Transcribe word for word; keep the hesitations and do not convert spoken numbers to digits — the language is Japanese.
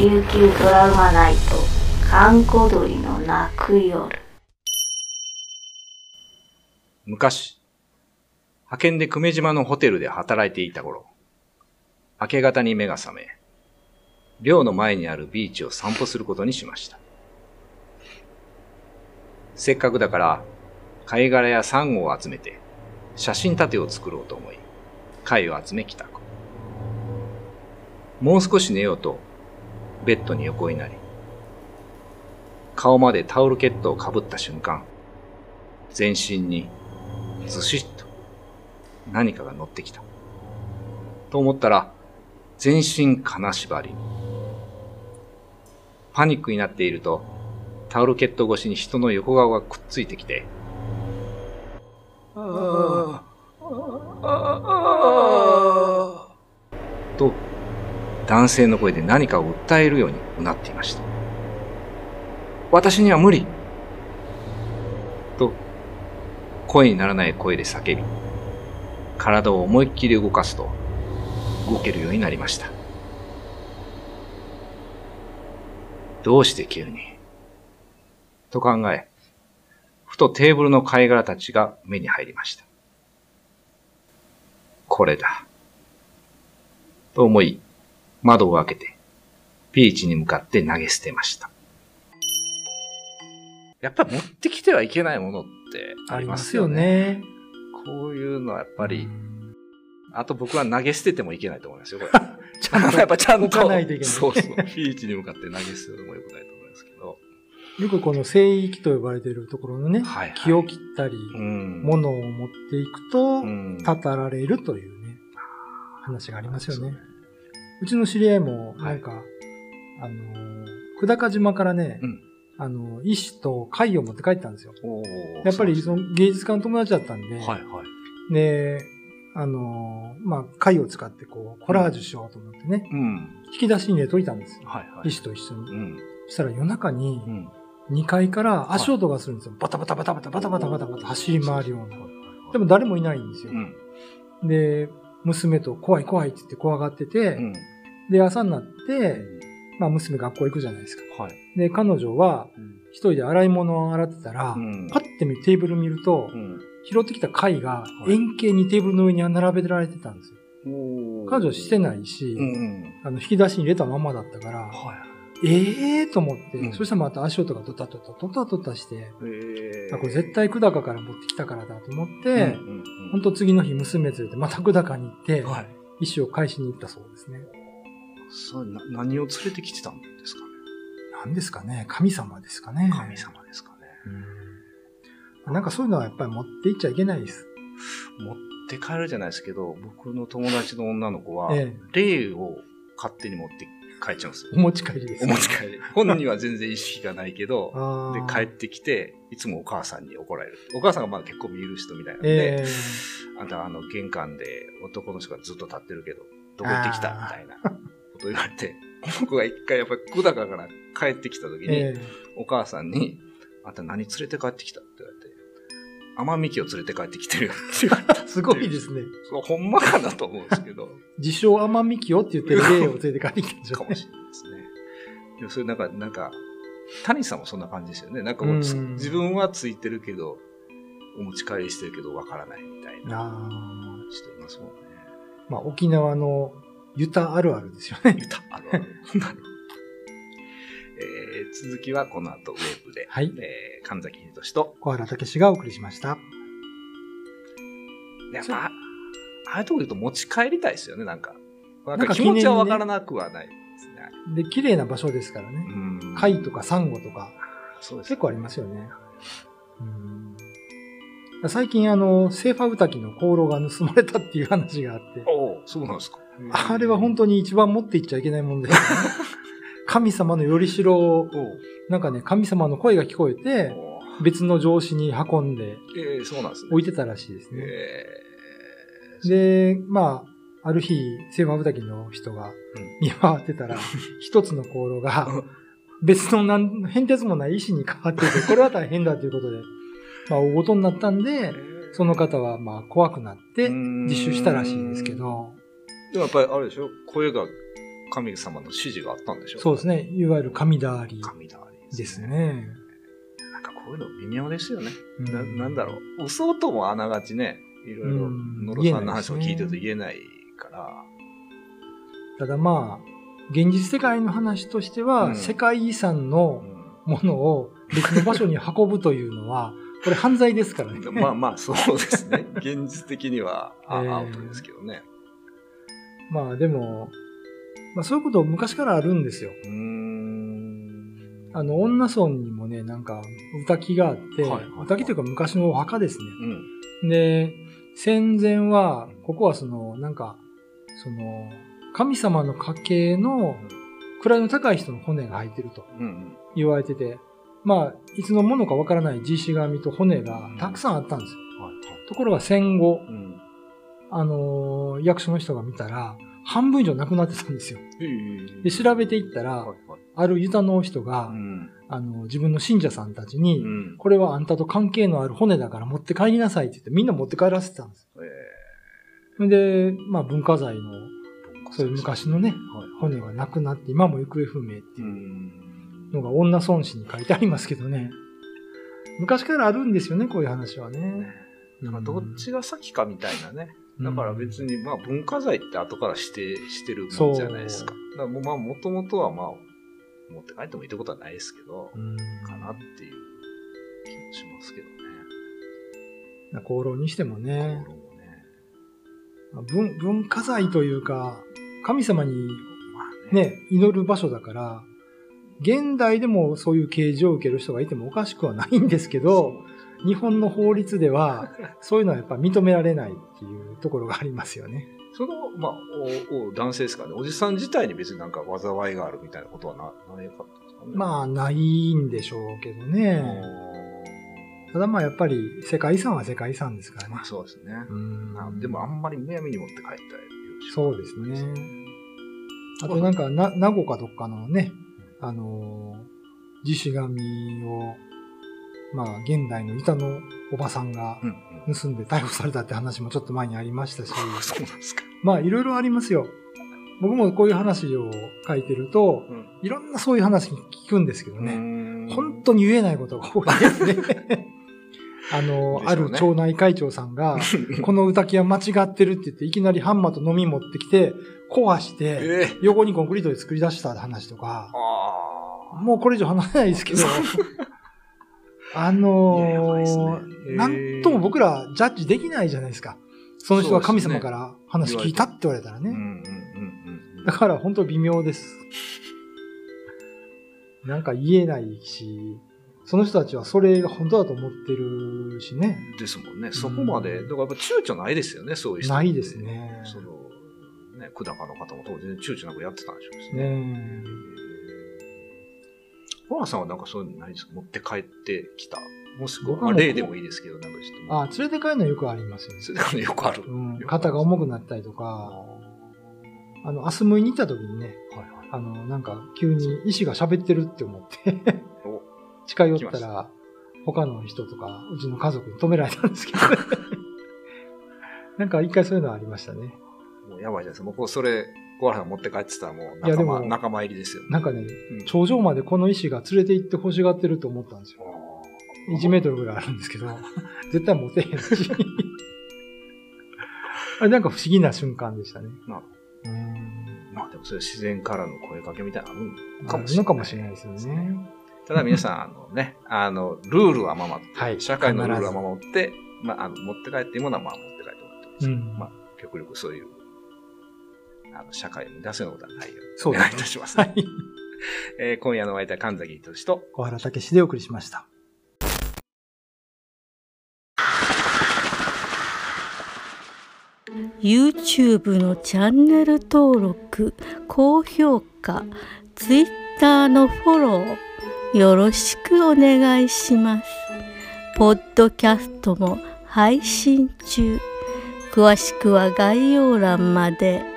琉球ドラマナイト閑古鳥の泣く夜。 昔、派遣で久米島のホテルで働いていた頃、明け方に目が覚め、寮の前にあるビーチを散歩することにしました。せっかくだから貝殻やサンゴを集めて写真立てを作ろうと思い、貝を集め帰宅。もう少し寝ようとベッドに横になり、顔までタオルケットをかぶった瞬間、全身にずしっと何かが乗ってきた。と思ったら、全身金縛り。パニックになっていると、タオルケット越しに人の横顔がくっついてきて、ああ、ああ、と、男性の声で何かを訴えるようにうなっていました。私には無理と、声にならない声で叫び、体を思いっきり動かすと、動けるようになりました。どうして急にと考え、ふとテーブルの貝殻たちが目に入りました。これだ。と思い、窓を開けて、ビーチに向かって投げ捨てました。やっぱり持ってきてはいけないものってありますよね。 ありますよね。 こういうのはやっぱり、あと僕は投げ捨ててもいけないと思いますよ、これ。 ちゃんとやっぱちゃんと。 置かないといけない。 そうそう。ビーチに向かって投げ捨てるのもよくないと思いますけど。 よくこの聖域と呼ばれているところのね、 はいはい、 木を切ったり、 うん、 物を持っていくと、 うん、 たたられるというね、話がありますよね。うちの知り合いも、なんか、はい、あの、久高島からね、うん、あの、石と貝を持って帰ったんですよ。やっぱりその芸術家の友達だったんで、はいはい、で、あの、まあ、貝を使ってこう、コラージュしようと思ってね、うん、引き出しに入れといたんですよ。はいはい、石と一緒に。うん、そしたら夜中に、にかいから足音がするんですよ。はい、バタバタバタバタバタバタバタバタ走り回るような。でも誰もいないんですよ。うん、で、娘と怖い怖いって言って怖がってて、うん、で、朝になって、まあ娘学校行くじゃないですか。はい、で、彼女は一人で洗い物を洗ってたら、うん、パッてテーブル見ると、うん、拾ってきた貝が円形にテーブルの上に並べられてたんですよ。はい、彼女してないし、うんうん、あの引き出しに入れたままだったから、はい、ええーと思って、うん、そしたらまた足音がドタドタドタドタして、えー、これ絶対久高から持ってきたからだと思って、うんうんうん、本当次の日娘連れてまた久高に行って、はい、石を返しに行ったそうですね。 それな何を連れてきてたんですかね。 何ですかね。神様ですかね。 神様ですかね。 うん、なんかそういうのはやっぱり持っていっちゃいけないです。 持って帰るじゃないですけど、僕の友達の女の子は、ええ、霊を勝手に持って帰っちゃうんですよ。 お持ち帰りです、 ね。お持ち帰り。本人は全然意識がないけど、で帰ってきて、いつもお母さんに怒られる。お母さんがまあ結構見る人みたいなんで、えー、あんたあの玄関で男の人がずっと立ってるけど、どこ行ってきたみたいなこと言われて、僕が一回やっぱり久高から帰ってきた時に、えー、お母さんに、あんた何連れて帰ってきたって言われて、甘み木を連れて帰ってきてるよって言われた。 すごいですね。 そう、ほんまかなと思うんですけど。 自称甘み木をって言ってる霊を連れて帰ってきたんでしょうね。 かもしれないですね。でもそれなんか、なんか、谷さんもそんな感じですよね。なんかもう自分はついてるけど、お持ち帰りしてるけどわからないみたいな人いますもんね。 まあ沖縄のユタあるあるですよね。 ユタあるある。えー、続きはこの後ウェブで、はい、えー、神崎秀俊と小原武史がお送りしました。 やっぱ、ああいうとこ言うと持ち帰りたいですよね、なんか。なんか気持ちはわからなくはないですね。 で、綺麗な場所ですからね。貝とかサンゴとか、そうですね、結構ありますよね。うん、最近あの、セーファウタキの香炉が盗まれたっていう話があって。 おそうなんですか。 あれは本当に一番持っていっちゃいけないもんです、ね。神様のよりしろを、なんかね、神様の声が聞こえて、別の上司に運んで、置いてたらしいですね。えー、で、まあ、ある日、セーファウタキの人が見回ってたら、一つの香炉が、別の何変哲もない石に変わってて、これは大変だということで、まあ、大事になったんで、その方はまあ、怖くなって自首したらしいんですけど。 でもやっぱりあれでしょ、声が神様の指示があったんでしょう。 そうですね。いわゆる神だわり神だわりでですすね。 ね。 なんかこういうの微妙ですよね。 うんななんだろう。嘘ともあながちね、いろいろうん野呂さんの話を聞いてると言えないから。 ただまあ、現実世界の話としては、 うん世界遺産うのんものを別の場所に運ぶというのは、これ犯罪ですからね。 まあまあ、そうですね。現実的にはあえーアウトですけどね。 まあでも、まあそういうこと昔からあるんですよ。 うーん。 あの、女村にもね、なんか、歌木があって、 はいはいはい歌木というか昔のお墓ですね。 うん。 で、戦前は、ここはその、なんか、その、神様の家系の位の高い人の骨が入ってるとうんうん。 言われてて、まあ、いつのものかわからない地し紙と骨がたくさんあったんですよ。 はいはい。 ところが戦後、 うん。 あのー役所の人が見たら、半分以上なくなってたんですよ。で、調べていったら、 はいはい。 あるユタの人が、 うん。 あの、自分の信者さんたちに、 うん。 これはあんたと関係のある骨だから持って帰りなさいって言って、みんな持って帰らせてたんです。 えで、まあ文化財の、 ーそういう昔のね、 はい。 骨がなくなって、今も行方不明ってう。 いうんのが女孫子に書いてありますけどね。昔からあるんですよね、こういう話はね。 だからどっちが先かみたいなね。だから別に、まあ文化財って後から指定してるもんじゃないですか。だからもうまあもともとはまあ、持って帰ってもいいってことはないですけど、 うんかなっていう気もしますけどね。 功労にしてもね、 心もね。 文文化財というか、神様にまあね。 ね、祈る場所だから、現代でもそういう啓示を受ける人がいてもおかしくはないんですけど、日本の法律では、そういうのはやっぱ認められないっていうところがありますよね。 その、まあ、おお男性ですかね。おじさん自体に別になんか災いがあるみたいなことはな、ないかったんですかね。 まあ、ないんでしょうけどね。ただまあやっぱり世界遺産は世界遺産ですからねまあ。そうですね。 うんあでもあんまりむやみに持って帰ったらよろしくそうですね。あとなんか、な、名護かどっかのね、あのー、地し紙を、まあ、現代の板のおばさんがうんうん。 盗んで逮捕されたって話もちょっと前にありましたし、 そうなんですか。 まあ、いろいろありますよ。僕もこういう話を書いてると、 うん。 いろんなそういう話聞くんですけどね、 ね本当に言えないことが多いですね。あの、 でしょうねある町内会長さんが、この歌木は間違ってるって言って、いきなりハンマーと飲み持ってきて、壊して、 ええ横にコンクリートで作り出した話とか、 ああ。 もうこれ以上話せないですけど、あのいややばいっすねー、なんとも僕らジャッジできないじゃないですか。その人は神様から話聞いたって言われたらね。 うんうんうんうん。 だから本当微妙です。なんか言えないし、その人たちはそれが本当だと思ってるしね。 ですもんね。そこまで、だからやっぱ躊躇ないですよね、そういう人って。 ないですねその、ね、久高の方も当然躊躇なくやってたんでしょうしね。 ねホランさんはなんかそういうのないですか？持って帰ってきた。もしくは、 僕はもうまあ例でもいいですけど、なんかちょっと。 あ、連れて帰るのはよくありますよね。 それでもよくある。 うん、肩が重くなったりとか、あの、アスムイに行った時にね、 はいはい。 あの、なんか急に石が喋ってるって思ってお近寄っ来ましたたら、他の人とか、うちの家族に止められたんですけど、ね、なんか一回そういうのはありましたね。 もうやばいじゃないですか。もうこうそれ、小原さん持って帰ってたらもういやでも仲間、仲間入りですよね。 なんかね、 うん頂上までこの石が連れて行って欲しがってると思ったんですよ。いちメートルぐらいあるんですけど、絶対持てへんし。あれなんか不思議な瞬間でしたね。 なるうーん。 まあでもそれ自然からの声かけみたいなのあるのかあるもしれない。 のかもしれないですよね。 ただ皆さん、あのね、あの、ルールは守って、 はい社会のルールは守って、まあ、あの、持って帰っていいものはまあ持って帰ってもらってもいいですけど、 うんまあ、極力そういう、あの、社会を乱すようなことはないようにそうですねお願いいたします、 はね。 い。 えー今夜のお相手は神崎仁と、 小原武史でお送りしました。 YouTube のチャンネル登録、高評価、Twitter のフォロー、よろしくお願いします。ポッドキャストも配信中。詳しくは概要欄まで。